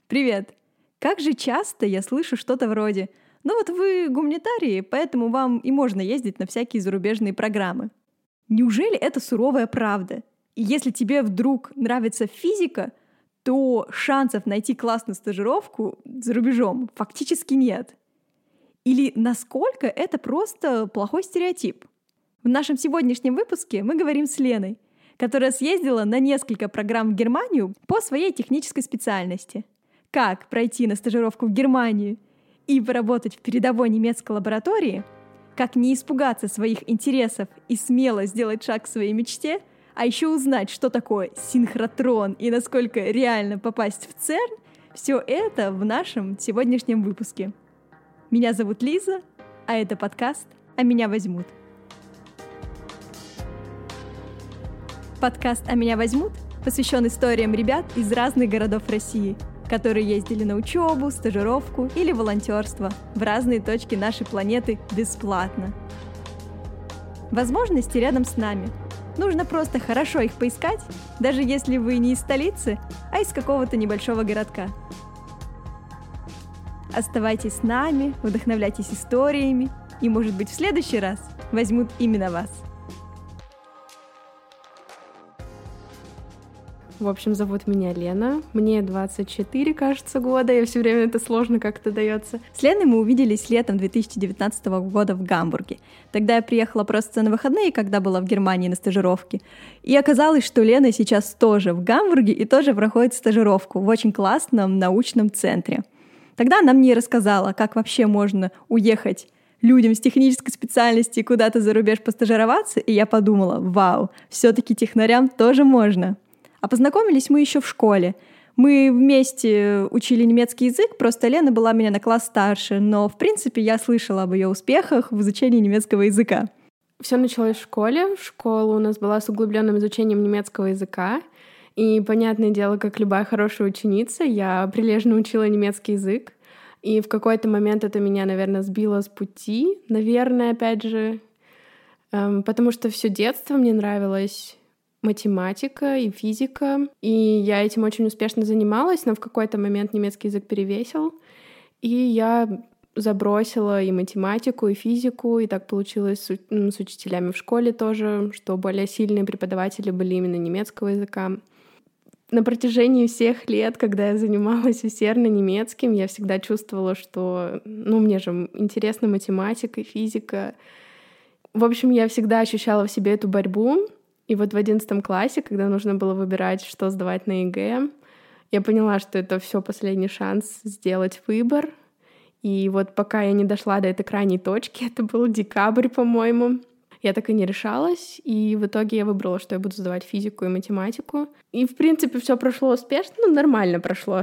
Привет! Как же часто я слышу что-то вроде «Ну вот вы гуманитарии, поэтому вам и можно ездить на всякие зарубежные программы». Неужели это суровая правда? И если тебе вдруг нравится физика, то шансов найти классную стажировку за рубежом фактически нет. Или насколько это просто плохой стереотип? В нашем сегодняшнем выпуске мы говорим с Леной, которая съездила на несколько программ в Германию по своей технической специальности. Как пройти на стажировку в Германию и поработать в передовой немецкой лаборатории, как не испугаться своих интересов и смело сделать шаг к своей мечте, а еще узнать, что такое синхротрон и насколько реально попасть в ЦЕРН, все это в нашем сегодняшнем выпуске. Меня зовут Лиза, а это подкаст «А меня возьмут». Подкаст «А меня возьмут» посвящен историям ребят из разных городов России, которые ездили на учебу, стажировку или волонтерство в разные точки нашей планеты бесплатно. Возможности рядом с нами. Нужно просто хорошо их поискать, даже если вы не из столицы, а из какого-то небольшого городка. Оставайтесь с нами, вдохновляйтесь историями, и, может быть, в следующий раз возьмут именно вас. В общем, зовут меня Лена, мне 24, кажется, года, и все время это сложно как-то дается. С Леной мы увиделись летом 2019 года в Гамбурге. Тогда я приехала просто на выходные, когда была в Германии на стажировке. И оказалось, что Лена сейчас тоже в Гамбурге и тоже проходит стажировку в очень классном научном центре. Тогда она мне рассказала, как вообще можно уехать людям с технической специальности куда-то за рубеж постажироваться, и я подумала, вау, все-таки технарям тоже можно. А познакомились мы еще в школе. Мы вместе учили немецкий язык, просто Лена была меня на класс старше, но, в принципе, я слышала об ее успехах в изучении немецкого языка. Все началось в школе. Школа у нас была с углубленным изучением немецкого языка. И, понятное дело, как любая хорошая ученица, я прилежно учила немецкий язык. И в какой-то момент это меня, наверное, сбило с пути. Наверное, опять же, потому что все детство мне нравилось математика и физика, и я этим очень успешно занималась, но в какой-то момент немецкий язык перевесил, и я забросила и математику, и физику, и так получилось с учителями в школе тоже, что более сильные преподаватели были именно немецкого языка. На протяжении всех лет, когда я занималась усердно немецким, я всегда чувствовала, что, мне же интересна математика и физика. В общем, я всегда ощущала в себе эту борьбу. И вот в 11 классе, когда нужно было выбирать, что сдавать на ЕГЭ, я поняла, что это все последний шанс сделать выбор. И вот пока я не дошла до этой крайней точки, это был декабрь, по-моему, я так и не решалась, и в итоге я выбрала, что я буду сдавать физику и математику. И, в принципе, все прошло успешно, нормально прошло.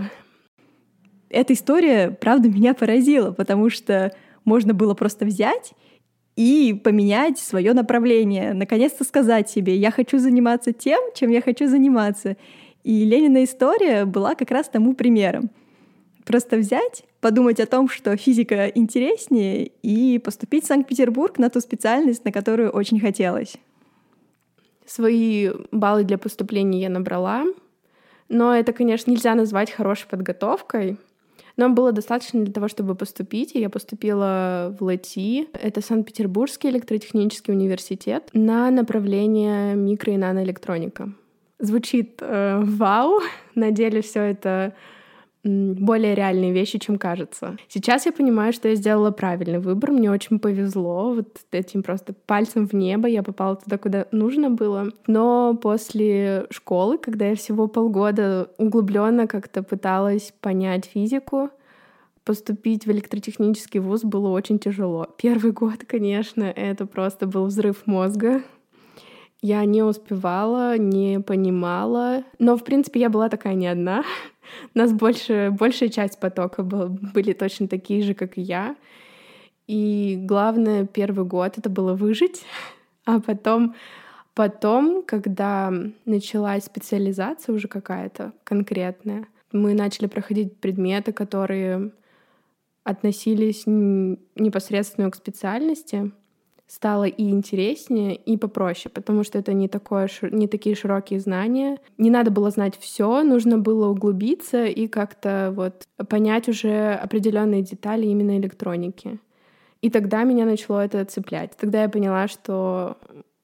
Эта история, правда, меня поразила, потому что можно было просто взять и поменять свое направление, наконец-то сказать себе, я хочу заниматься тем, чем я хочу заниматься. И Ленина история была как раз тому примером. Просто взять, подумать о том, что физика интереснее, и поступить в Санкт-Петербург на ту специальность, на которую очень хотелось. Свои баллы для поступления я набрала, но это, конечно, нельзя назвать хорошей подготовкой. Нам было достаточно для того, чтобы поступить, и я поступила в ЛЭТИ, это Санкт-Петербургский электротехнический университет, на направление микро- и наноэлектроника. Звучит вау, на деле все это более реальные вещи, чем кажется. Сейчас я понимаю, что я сделала правильный выбор, мне очень повезло, вот этим просто пальцем в небо я попала туда, куда нужно было. Но после школы, когда я всего полгода углубленно как-то пыталась понять физику, поступить в электротехнический вуз было очень тяжело. Первый год, конечно, это просто был взрыв мозга. Я не успевала, не понимала, но, в принципе, я была такая не одна. Нас большая часть потока были точно такие же, как и я. И главное, первый год — это было выжить. А потом, когда началась специализация уже какая-то конкретная, мы начали проходить предметы, которые относились непосредственно к специальности. стало и интереснее, и попроще, потому что это не такие широкие знания. Не надо было знать все, нужно было углубиться и как-то вот понять уже определенные детали именно электроники. И тогда меня начало это цеплять. Тогда я поняла, что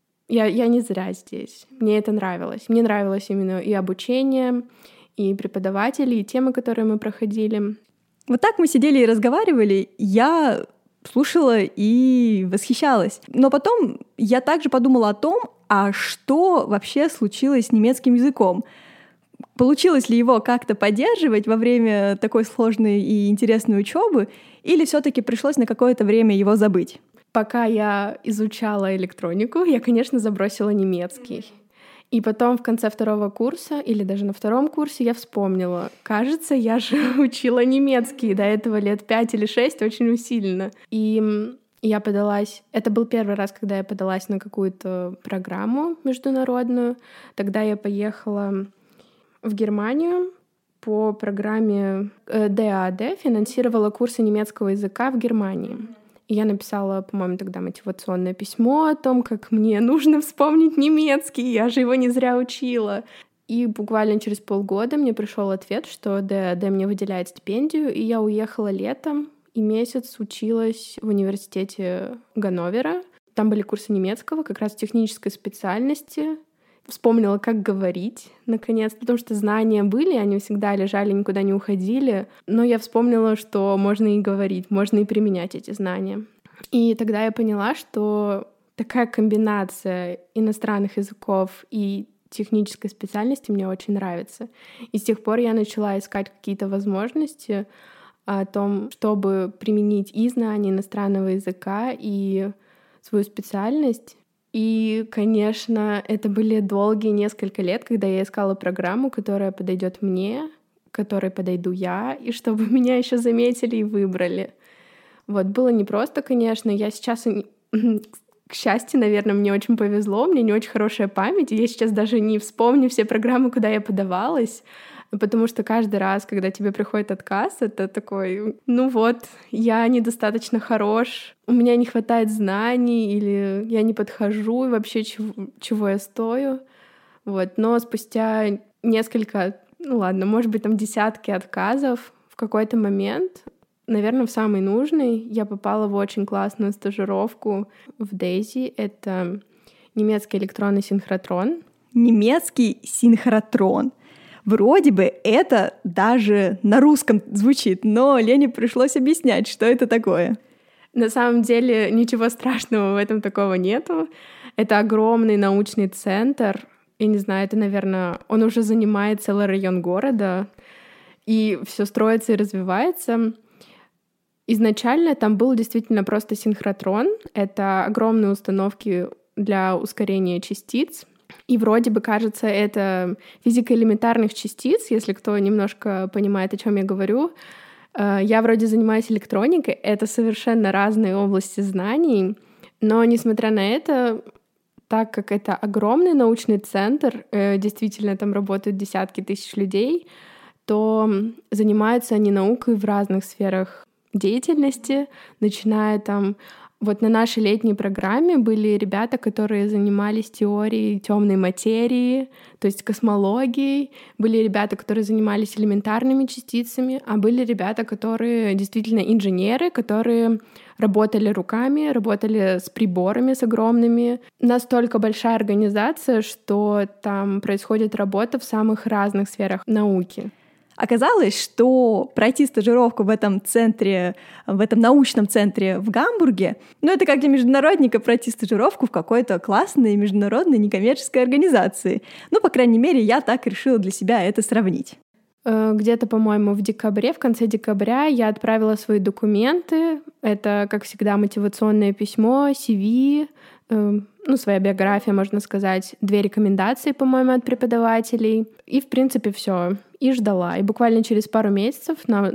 я не зря здесь. Мне это нравилось. Мне нравилось именно и обучение, и преподаватели, и темы, которые мы проходили. Вот так мы сидели и разговаривали. Я слушала и восхищалась. Но потом я также подумала о том, а что вообще случилось с немецким языком? Получилось ли его как-то поддерживать во время такой сложной и интересной учебы, или все-таки пришлось на какое-то время его забыть? Пока я изучала электронику, я, конечно, забросила немецкий. И потом в конце 2 курса, или даже на 2 курсе, я вспомнила. Кажется, я же учила немецкий до этого лет 5 или 6 очень усиленно. И я подалась... Это был первый раз, когда я подалась на какую-то программу международную. Тогда я поехала в Германию по программе ДААД, финансировала курсы немецкого языка в Германии. И я написала, по-моему, тогда мотивационное письмо о том, как мне нужно вспомнить немецкий, я же его не зря учила. И буквально через полгода мне пришел ответ, что ДААД мне выделяет стипендию, и я уехала летом, и месяц училась в университете Ганновера. Там были курсы немецкого, как раз технической специальности. Вспомнила, как говорить, наконец, потому что знания были, они всегда лежали, никуда не уходили, но я вспомнила, что можно и говорить, можно и применять эти знания. И тогда я поняла, что такая комбинация иностранных языков и технической специальности мне очень нравится. И с тех пор я начала искать какие-то возможности о том, чтобы применить и знания иностранного языка, и свою специальность. И, конечно, это были долгие несколько лет, когда я искала программу, которая подойдет мне, которой подойду я, и чтобы меня еще заметили и выбрали. Вот, было непросто, конечно. Я сейчас, к счастью, наверное, мне очень повезло, у меня не очень хорошая память, и я сейчас даже не вспомню все программы, куда я подавалась, потому что каждый раз, когда тебе приходит отказ, это такой, ну вот, я недостаточно хорош, у меня не хватает знаний, или я не подхожу, и вообще чего я стою. Вот. Но спустя несколько, ну ладно, может быть, там десятки отказов, в какой-то момент, наверное, в самый нужный, я попала в очень классную стажировку в Дейзи. Это немецкий электронный синхротрон. Немецкий синхротрон. Вроде бы это даже на русском звучит, но Лене пришлось объяснять, что это такое. На самом деле ничего страшного в этом такого нету. Это огромный научный центр. Я не знаю, это, наверное, он уже занимает целый район города, и все строится и развивается. Изначально там был действительно просто синхротрон. Это огромные установки для ускорения частиц. И вроде бы, кажется, это физика элементарных частиц, если кто немножко понимает, о чем я говорю. Я вроде занимаюсь электроникой, это совершенно разные области знаний, но, несмотря на это, так как это огромный научный центр, действительно там работают десятки тысяч людей, то занимаются они наукой в разных сферах деятельности, начиная там... Вот на нашей летней программе были ребята, которые занимались теорией темной материи, то есть космологией. Были ребята, которые занимались элементарными частицами, а были ребята, которые действительно инженеры, которые работали руками, работали с приборами, с огромными. Настолько большая организация, что там происходит работа в самых разных сферах науки. Оказалось, что пройти стажировку в этом центре, в этом научном центре в Гамбурге, ну, это как для международника пройти стажировку в какой-то классной международной некоммерческой организации. Ну, по крайней мере, я так решила для себя это сравнить. Где-то, по-моему, в конце декабря я отправила свои документы. Это, как всегда, мотивационное письмо, CV, своя биография, можно сказать, 2 рекомендации, по-моему, от преподавателей. И, в принципе, все. И ждала. И буквально через пару месяцев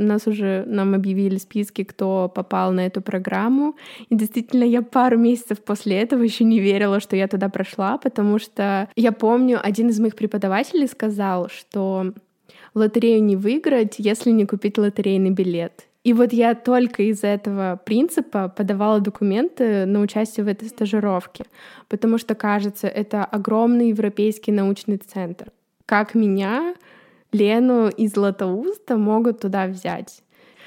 нам объявили списки, кто попал на эту программу. И действительно, я пару месяцев после этого еще не верила, что я туда прошла, потому что я помню, один из моих преподавателей сказал, что лотерею не выиграть, если не купить лотерейный билет. И вот я только из этого принципа подавала документы на участие в этой стажировке, потому что, кажется, это огромный европейский научный центр. Как меня, Лену из Златоуста, могут туда взять?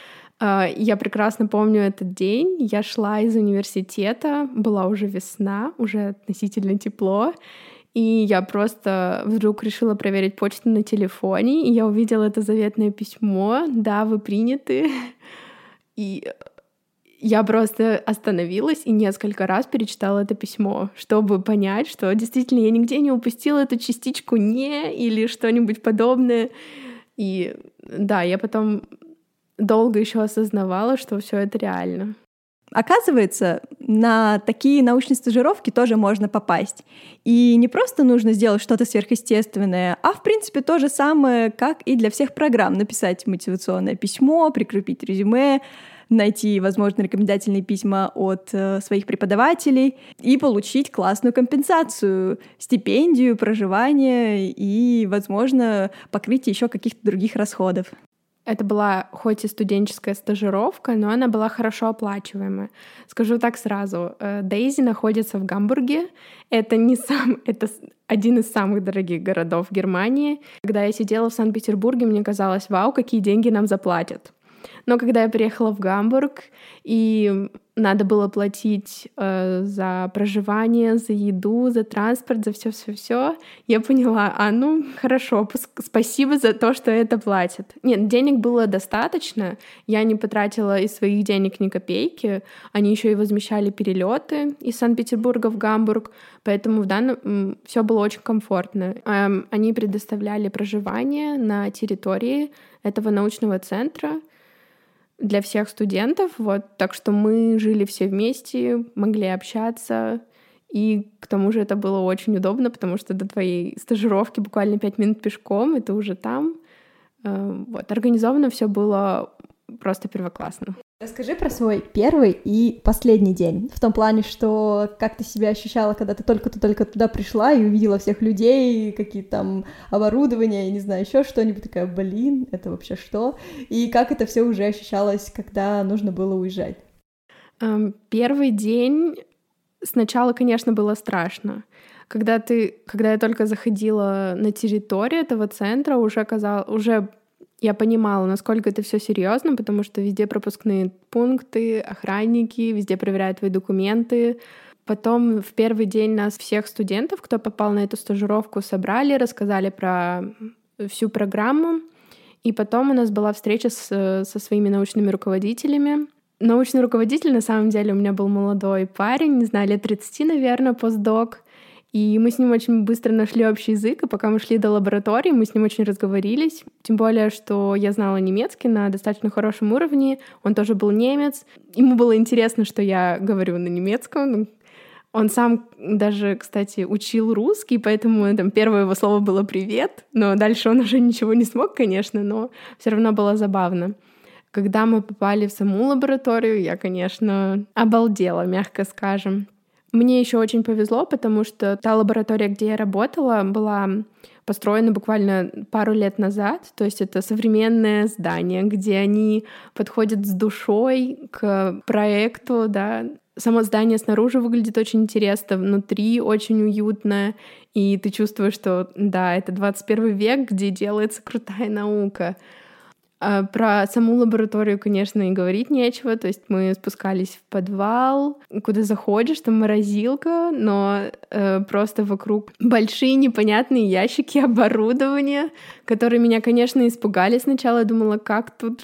Я прекрасно помню этот день. Я шла из университета, была уже весна, уже относительно тепло, и я просто вдруг решила проверить почту на телефоне, и я увидела это заветное письмо: «Да, вы приняты». И я просто остановилась и несколько раз перечитала это письмо, чтобы понять, что действительно я нигде не упустила эту частичку «не» или что-нибудь подобное. И да, я потом долго еще осознавала, что все это реально. Оказывается, на такие научные стажировки тоже можно попасть. И не просто нужно сделать что-то сверхъестественное, а в принципе то же самое, как и для всех программ. Написать мотивационное письмо, прикрепить резюме, найти, возможно, рекомендательные письма от своих преподавателей и получить классную компенсацию, стипендию, проживание и, возможно, покрытие еще каких-то других расходов. Это была хоть и студенческая стажировка, но она была хорошо оплачиваемая. Скажу так сразу, Дейзи находится в Гамбурге. Это один из самых дорогих городов Германии. Когда я сидела в Санкт-Петербурге, мне казалось: вау, какие деньги нам заплатят. Но когда я приехала в Гамбург, и надо было платить за проживание, за еду, за транспорт, за все, я поняла: хорошо, спасибо за то, что это платят. Нет, денег было достаточно, я не потратила из своих денег ни копейки, они еще и возмещали перелеты из Санкт-Петербурга в Гамбург, поэтому все было очень комфортно. Они предоставляли проживание на территории этого научного центра для всех студентов, так что мы жили все вместе, могли общаться, и к тому же это было очень удобно, потому что до твоей стажировки буквально 5 минут пешком, и ты уже там. Организовано все было просто первоклассно. Расскажи про свой первый и последний день. В том плане, что как ты себя ощущала, когда ты только туда пришла и увидела всех людей, какие-то там оборудования, я не знаю, еще что-нибудь, такая: блин, это вообще что? И как это все уже ощущалось, когда нужно было уезжать? Первый день сначала, конечно, было страшно. Когда я только заходила на территорию этого центра, уже я понимала, насколько это все серьезно, потому что везде пропускные пункты, охранники, везде проверяют твои документы. Потом в первый день нас всех студентов, кто попал на эту стажировку, собрали, рассказали про всю программу. И потом у нас была встреча со своими научными руководителями. Научный руководитель, на самом деле, у меня был молодой парень, не знаю, лет 30, наверное, постдок. И мы с ним очень быстро нашли общий язык, и пока мы шли до лаборатории, мы с ним очень разговорились. Тем более, что я знала немецкий на достаточно хорошем уровне, он тоже был немец. Ему было интересно, что я говорю на немецком. Он сам даже, кстати, учил русский, поэтому первое его слово было «привет», но дальше он уже ничего не смог, конечно, но все равно было забавно. Когда мы попали в саму лабораторию, я, конечно, обалдела, мягко скажем. Мне еще очень повезло, потому что та лаборатория, где я работала, была построена буквально пару лет назад. То есть это современное здание, где они подходят с душой к проекту, да. Само здание снаружи выглядит очень интересно, внутри очень уютно, и ты чувствуешь, что да, это 21 век, где делается крутая наука. А про саму лабораторию, конечно, и говорить нечего. То есть мы спускались в подвал, куда заходишь, там морозилка, но просто вокруг большие непонятные ящики оборудования, которые меня, конечно, испугали сначала. Я думала, как тут...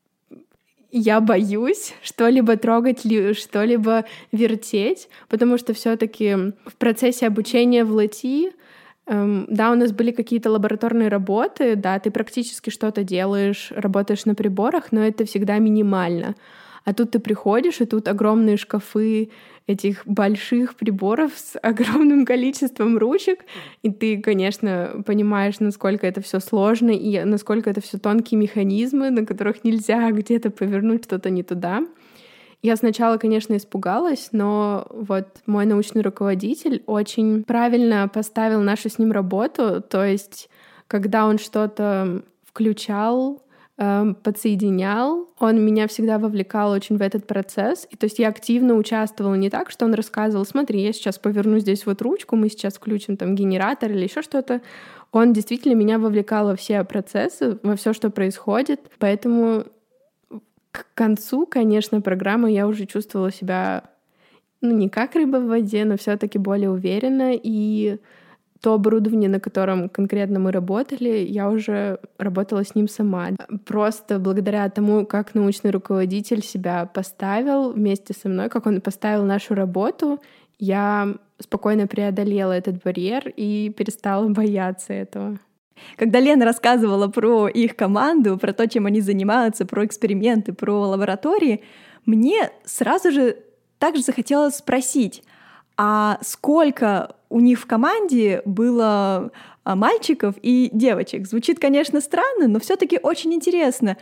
Я боюсь что-либо трогать, что-либо вертеть, потому что все-таки в процессе обучения в ЛАТИ да, у нас были какие-то лабораторные работы, да, ты практически что-то делаешь, работаешь на приборах, но это всегда минимально. А тут ты приходишь, и тут огромные шкафы этих больших приборов с огромным количеством ручек, и ты, конечно, понимаешь, насколько это все сложно и насколько это все тонкие механизмы, на которых нельзя где-то повернуть что-то не туда. Я сначала, конечно, испугалась, но мой научный руководитель очень правильно поставил нашу с ним работу. То есть, когда он что-то включал, подсоединял, он меня всегда вовлекал очень в этот процесс. И то есть я активно участвовала, не так, что он рассказывал: смотри, я сейчас поверну здесь вот ручку, мы сейчас включим там генератор или еще что-то. Он действительно меня вовлекал во все процессы, во все, что происходит. Поэтому к концу, конечно, программы я уже чувствовала себя, не как рыба в воде, но все-таки более уверенно. И то оборудование, на котором конкретно мы работали, я уже работала с ним сама. Просто благодаря тому, как научный руководитель себя поставил вместе со мной, как он поставил нашу работу, я спокойно преодолела этот барьер и перестала бояться этого. Когда Лена рассказывала про их команду, про то, чем они занимаются, про эксперименты, про лаборатории, мне сразу же также захотелось спросить, а сколько у них в команде было мальчиков и девочек? Звучит, конечно, странно, но все-таки очень интересно.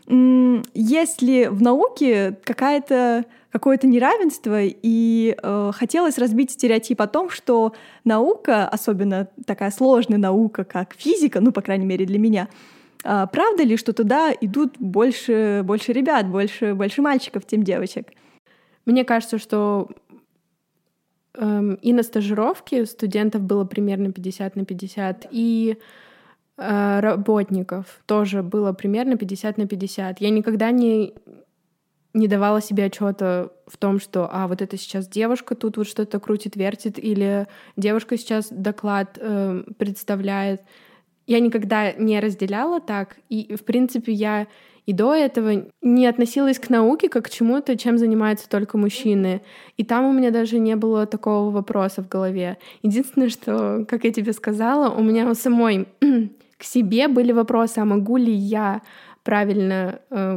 Есть ли в науке какое-то неравенство, и хотелось разбить стереотип о том, что наука, особенно такая сложная наука, как физика, по крайней мере для меня, правда ли, что туда идут больше ребят, больше мальчиков, чем девочек? Мне кажется, что и на стажировке студентов было примерно 50/50, и работников тоже было примерно 50/50. Я никогда не давала себе отчета в том, что вот это сейчас девушка тут вот что-то крутит, вертит, или девушка сейчас доклад представляет. Я никогда не разделяла так, и, в принципе, я и до этого не относилась к науке как к чему-то, чем занимаются только мужчины. И там у меня даже не было такого вопроса в голове. Единственное, что, как я тебе сказала, у меня у самой к себе были вопросы, а могу ли я правильно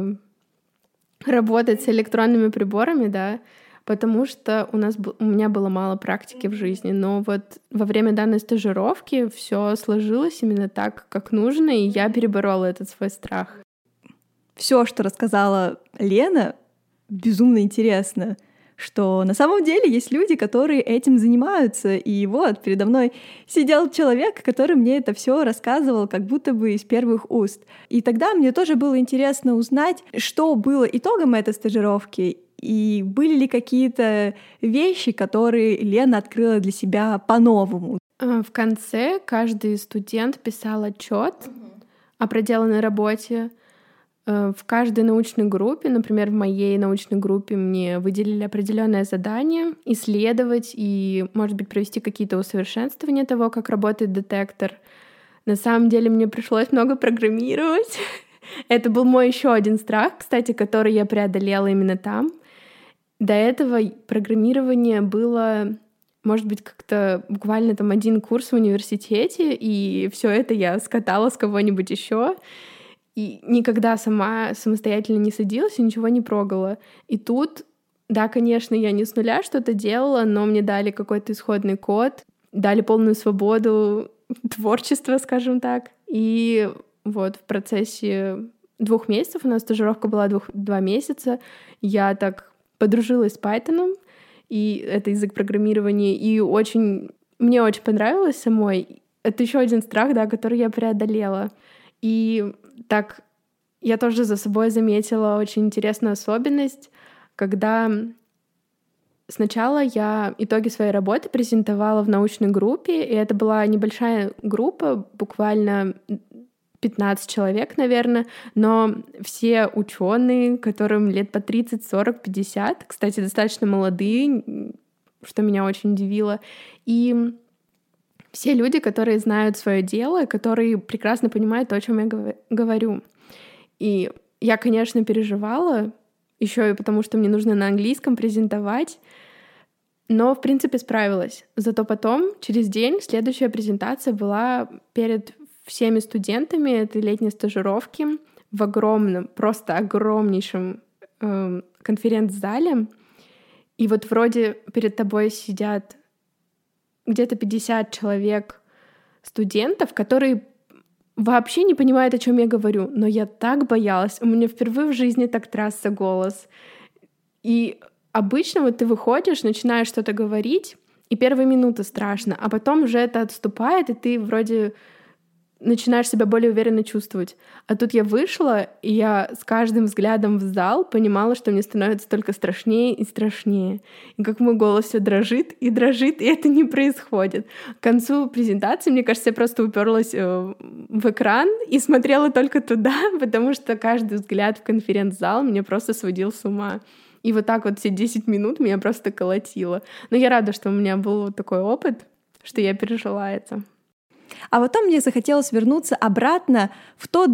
работать с электронными приборами, да, потому что у меня было мало практики в жизни. Но вот во время данной стажировки все сложилось именно так, как нужно, и я переборола этот свой страх. Все, что рассказала Лена, безумно интересно, что на самом деле есть люди, которые этим занимаются. И вот передо мной сидел человек, который мне это все рассказывал как будто бы из первых уст. И тогда мне тоже было интересно узнать, что было итогом этой стажировки, и были ли какие-то вещи, которые Лена открыла для себя по-новому. В конце каждый студент писал отчет о проделанной работе. В каждой научной группе, например, в моей научной группе мне выделили определенное задание — исследовать и, может быть, провести какие-то усовершенствования того, как работает детектор. На самом деле мне пришлось много программировать. Это был мой еще один страх, кстати, который я преодолела именно там. До этого программирование было, может быть, как-то буквально там один курс в университете, и все это я скатала с кого-нибудь еще. И никогда самостоятельно не садилась и ничего не прогала. И тут, да, конечно, я не с нуля что-то делала, но мне дали какой-то исходный код, дали полную свободу творчества, скажем так. И вот в процессе 2 месяцев, у нас стажировка была 2 месяца, я так подружилась с Python, и это язык программирования, и мне очень понравилось самой. Это еще один страх, да, который я преодолела. И так я тоже за собой заметила очень интересную особенность, когда сначала я итоги своей работы презентовала в научной группе, и это была небольшая группа, буквально 15 человек, наверное, но все ученые, которым лет по 30, 40, 50, кстати, достаточно молодые, что меня очень удивило, и все люди, которые знают свое дело, которые прекрасно понимают то, о чем я говорю. И я, конечно, переживала, еще и потому, что мне нужно на английском презентовать, но, в принципе, справилась. Зато потом, через день, следующая презентация была перед всеми студентами этой летней стажировки в огромном, просто огромнейшем конференц-зале. И вот вроде перед тобой сидят где-то 50 человек студентов, которые вообще не понимают, о чем я говорю. Но я так боялась. У меня впервые в жизни так трясся голос. И обычно вот ты выходишь, начинаешь что-то говорить, и первые минуты страшно, а потом уже это отступает, и ты вроде начинаешь себя более уверенно чувствовать. А тут я вышла, и я с каждым взглядом в зал понимала, что мне становится только страшнее и страшнее. И как мой голос все дрожит, и это не происходит. К концу презентации, мне кажется, я просто уперлась в экран и смотрела только туда, потому что каждый взгляд в конференц-зал меня просто сводил с ума. И вот так вот все 10 минут меня просто колотило. Но я рада, что у меня был вот такой опыт, что я пережила это. А потом мне захотелось вернуться обратно в тот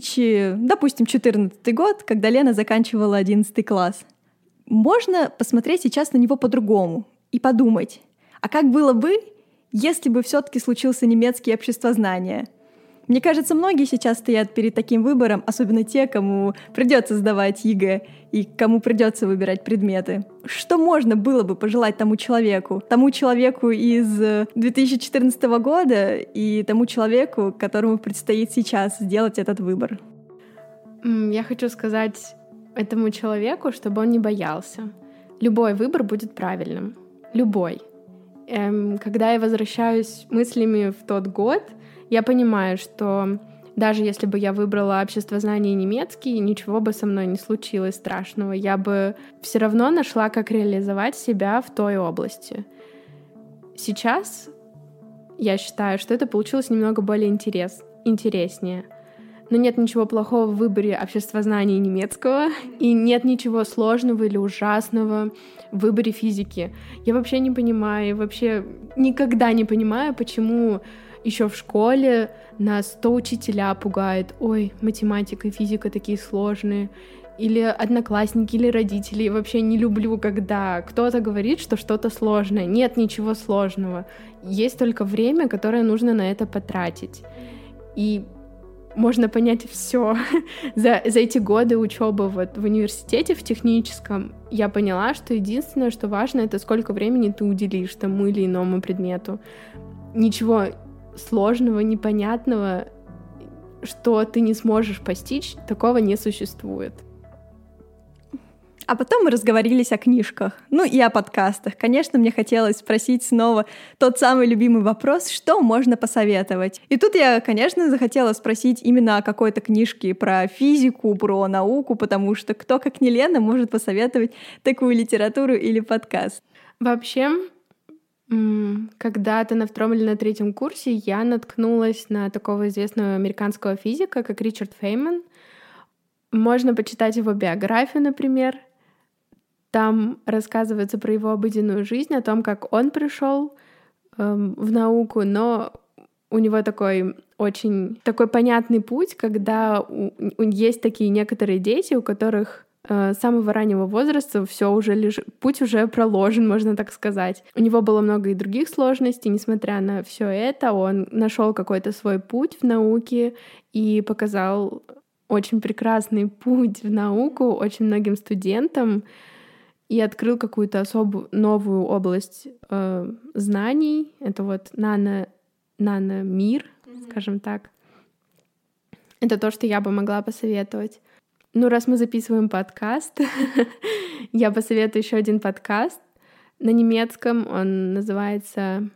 2014 год, когда Лена заканчивала 11 класс. Можно посмотреть сейчас на него по-другому и подумать, а как было бы, если бы все-таки случился немецкий обществознание? Мне кажется, многие сейчас стоят перед таким выбором, особенно те, кому придется сдавать ЕГЭ и кому придется выбирать предметы. Что можно было бы пожелать тому человеку из 2014 года и тому человеку, которому предстоит сейчас сделать этот выбор? Я хочу сказать этому человеку, чтобы он не боялся. Любой выбор будет правильным. Любой. Когда я возвращаюсь мыслями в тот год, я понимаю, что даже если бы я выбрала обществознание и немецкий, ничего бы со мной не случилось страшного. Я бы все равно нашла, как реализовать себя в той области. Сейчас я считаю, что это получилось немного более интереснее. Но нет ничего плохого в выборе обществознания и немецкого, и нет ничего сложного или ужасного в выборе физики. Я вообще не понимаю, вообще никогда не понимаю, почему еще в школе нас то учителя пугают, ой, математика и физика такие сложные, или одноклассники, или родители. Я вообще не люблю, когда кто-то говорит, что что-то сложное. Нет ничего сложного. Есть только время, которое нужно на это потратить. И можно понять все. За эти годы учебы вот в университете, в техническом, я поняла, что единственное, что важно, это сколько времени ты уделишь тому или иному предмету. Ничего сложного, непонятного, что ты не сможешь постичь, такого не существует. А потом мы разговорились о книжках, и о подкастах. Конечно, мне хотелось спросить снова тот самый любимый вопрос, что можно посоветовать. И тут я, конечно, захотела спросить именно о какой-то книжке про физику, про науку, потому что кто, как не Лена, может посоветовать такую литературу или подкаст? Вообще, когда-то на 2 или на 3 курсе я наткнулась на такого известного американского физика, как Ричард Фейнман. Можно почитать его биографию, например. Там рассказывается про его обыденную жизнь, о том, как он пришел в науку, но у него такой очень такой понятный путь, когда есть такие некоторые дети, у которых с самого раннего возраста все уже путь уже проложен, можно так сказать. У него было много и других сложностей, несмотря на все это, он нашел какой-то свой путь в науке и показал очень прекрасный путь в науку очень многим студентам и открыл какую-то особую новую область знаний. Это вот наномир, скажем так. Это то, что я бы могла посоветовать. Раз мы записываем подкаст, я посоветую еще один подкаст. На немецком он называется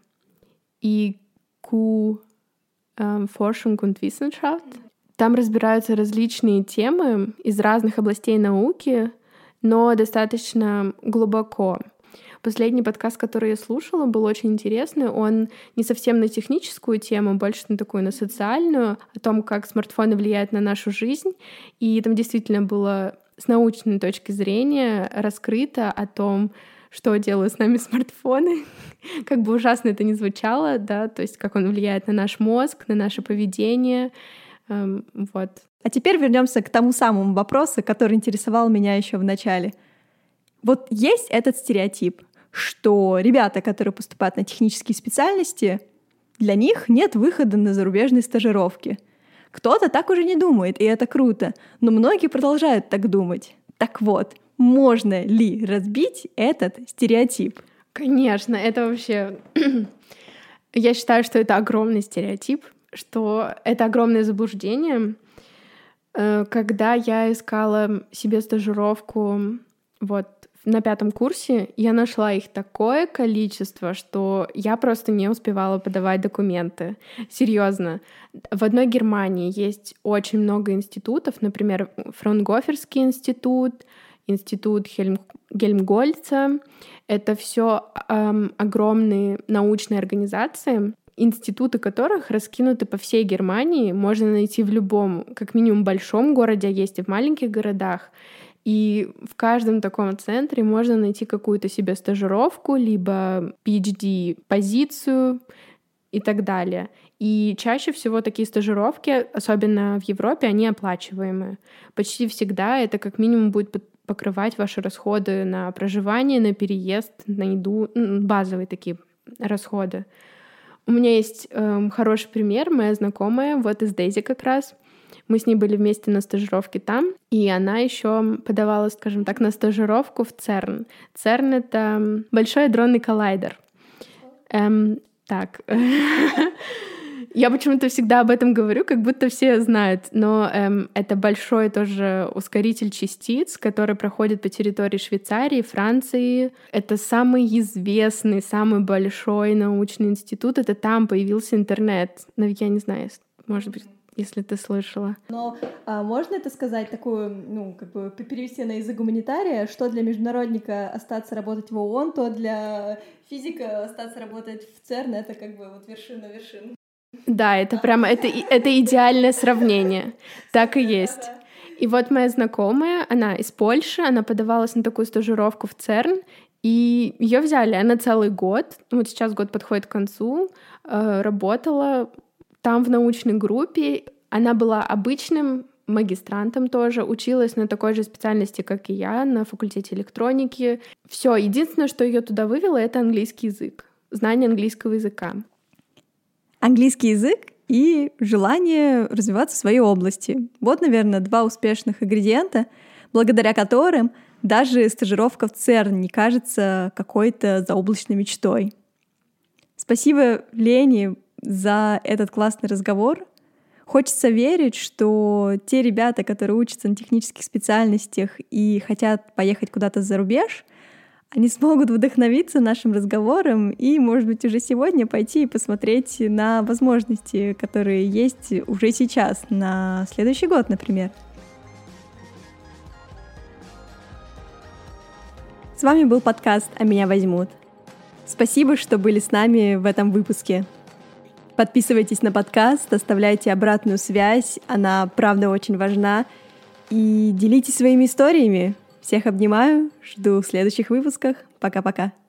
IQ Forschung und Wissenschaft. Там разбираются различные темы из разных областей науки, но достаточно глубоко. Последний подкаст, который я слушала, был очень интересный. Он не совсем на техническую тему, больше на такую, на социальную, о том, как смартфоны влияют на нашу жизнь. И там действительно было с научной точки зрения раскрыто о том, что делают с нами смартфоны. Как бы ужасно это ни звучало, да, то есть как он влияет на наш мозг, на наше поведение. Вот. А теперь вернемся к тому самому вопросу, который интересовал меня еще в начале. Вот есть этот стереотип, что ребята, которые поступают на технические специальности, для них нет выхода на зарубежные стажировки. Кто-то так уже не думает, и это круто, но многие продолжают так думать. Так вот, можно ли разбить этот стереотип? Конечно, это вообще... Я считаю, что это огромный стереотип, что это огромное заблуждение. Когда я искала себе стажировку вот На 5 курсе я нашла их такое количество, что я просто не успевала подавать документы. Серьезно. В одной Германии есть очень много институтов, например, Фраунгоферский институт, институт Гельмгольца. Это все огромные научные организации, институты которых раскинуты по всей Германии. Можно найти в любом, как минимум, большом городе, а есть и в маленьких городах. И в каждом таком центре можно найти какую-то себе стажировку, либо PhD-позицию и так далее. И чаще всего такие стажировки, особенно в Европе, они оплачиваемые. Почти всегда это как минимум будет покрывать ваши расходы на проживание, на переезд, на еду, базовые такие расходы. У меня есть хороший пример, моя знакомая, вот из Дейзи как раз. Мы с ней были вместе на стажировке там, и она еще подавала, скажем так, на стажировку в ЦЕРН. ЦЕРН — это большой адронный коллайдер. Так. Я почему-то всегда об этом говорю, как будто все знают, но это большой тоже ускоритель частиц, который проходит по территории Швейцарии, Франции. Это самый известный, самый большой научный институт. Это там появился интернет. Но я не знаю, может быть, если ты слышала. Но можно это сказать, такую, перевести на язык гуманитария, что для международника остаться работать в ООН, то для физика остаться работать в ЦЕРН — это вершина вершин. Да, это прямо, это идеальное сравнение. Так и есть. И вот моя знакомая, она из Польши, она подавалась на такую стажировку в ЦЕРН, и ее взяли. Она целый год, вот сейчас год подходит к концу, работала там в научной группе. Она была обычным магистрантом тоже, училась на такой же специальности, как и я, на факультете электроники. Все, единственное, что ее туда вывело, это английский язык, знание английского языка. Английский язык и желание развиваться в своей области. Вот, наверное, 2 успешных ингредиента, благодаря которым даже стажировка в ЦЕРН не кажется какой-то заоблачной мечтой. Спасибо Лене за этот классный разговор. Хочется верить, что те ребята, которые учатся на технических специальностях и хотят поехать куда-то за рубеж, они смогут вдохновиться нашим разговором и, может быть, уже сегодня пойти и посмотреть на возможности, которые есть уже сейчас, на следующий год, например. С вами был подкаст «А меня возьмут». Спасибо, что были с нами в этом выпуске. Подписывайтесь на подкаст, оставляйте обратную связь, она правда очень важна, и делитесь своими историями. Всех обнимаю, жду в следующих выпусках. Пока-пока.